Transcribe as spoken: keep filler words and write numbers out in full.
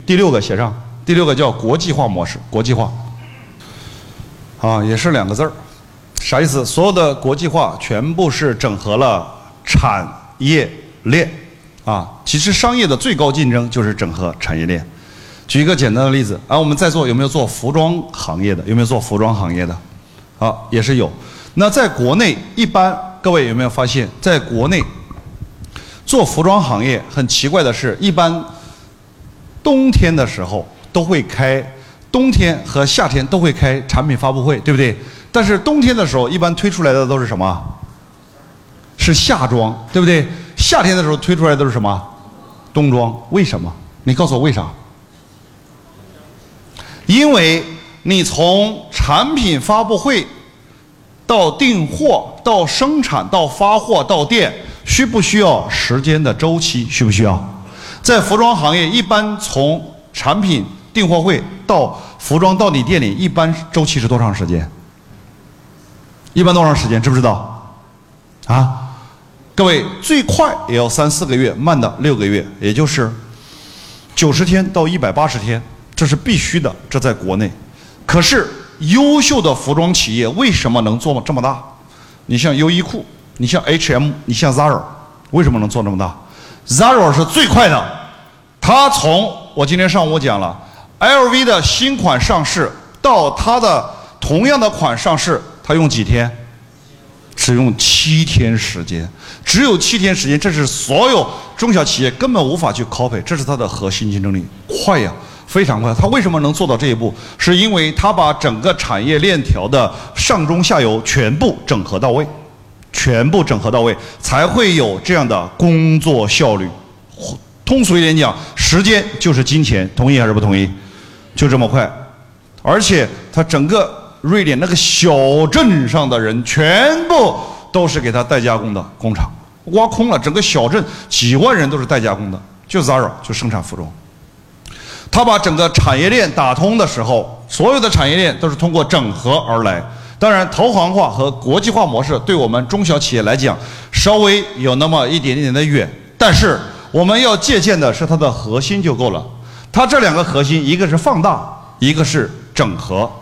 第六个写上，第六个叫国际化模式，国际化。啊，也是两个字儿，啥意思？所有的国际化全部是整合了产业链啊。其实商业的最高竞争就是整合产业链。举一个简单的例子啊，我们在座有没有做服装行业的？有没有做服装行业的？啊，也是有。那在国内，一般各位有没有发现，在国内做服装行业很奇怪的是，一般冬天的时候都会开。冬天和夏天都会开产品发布会，对不对？但是冬天的时候，一般推出来的都是什么？是夏装，对不对？夏天的时候推出来的都是什么？冬装。为什么？你告诉我为啥？因为你从产品发布会到订货，到生产，到发货，到店，需不需要时间的周期？需不需要？在服装行业，一般从产品订货会到服装到你店里，一般周期是多长时间？一般多长时间？知不知道？啊，各位，最快也要三四个月，慢的六个月，也就是九十天到一百八十天，这是必须的。这在国内，可是优秀的服装企业为什么能做这么大？你像优衣库，你像 H and M， 你像 Zara， 为什么能做这么大 ？Zara 是最快的，它从我今天上午讲了。L V 的新款上市到它的同样的款上市，它用几天？只用七天时间，只有七天时间，这是所有中小企业根本无法去 copy， 这是它的核心竞争力，快呀，非常快。它为什么能做到这一步？是因为它把整个产业链条的上中下游全部整合到位，全部整合到位，才会有这样的工作效率。通俗一点讲，时间就是金钱，同意还是不同意？就这么快，而且它整个瑞典那个小镇上的人全部都是给它代加工的工厂，挖空了整个小镇几万人都是代加工的，就 Zara 就生产服装。它把整个产业链打通的时候，所有的产业链都是通过整合而来。当然，投行化和国际化模式对我们中小企业来讲稍微有那么一点点的远，但是我们要借鉴的是它的核心就够了。它这两个核心，一个是放大，一个是整合。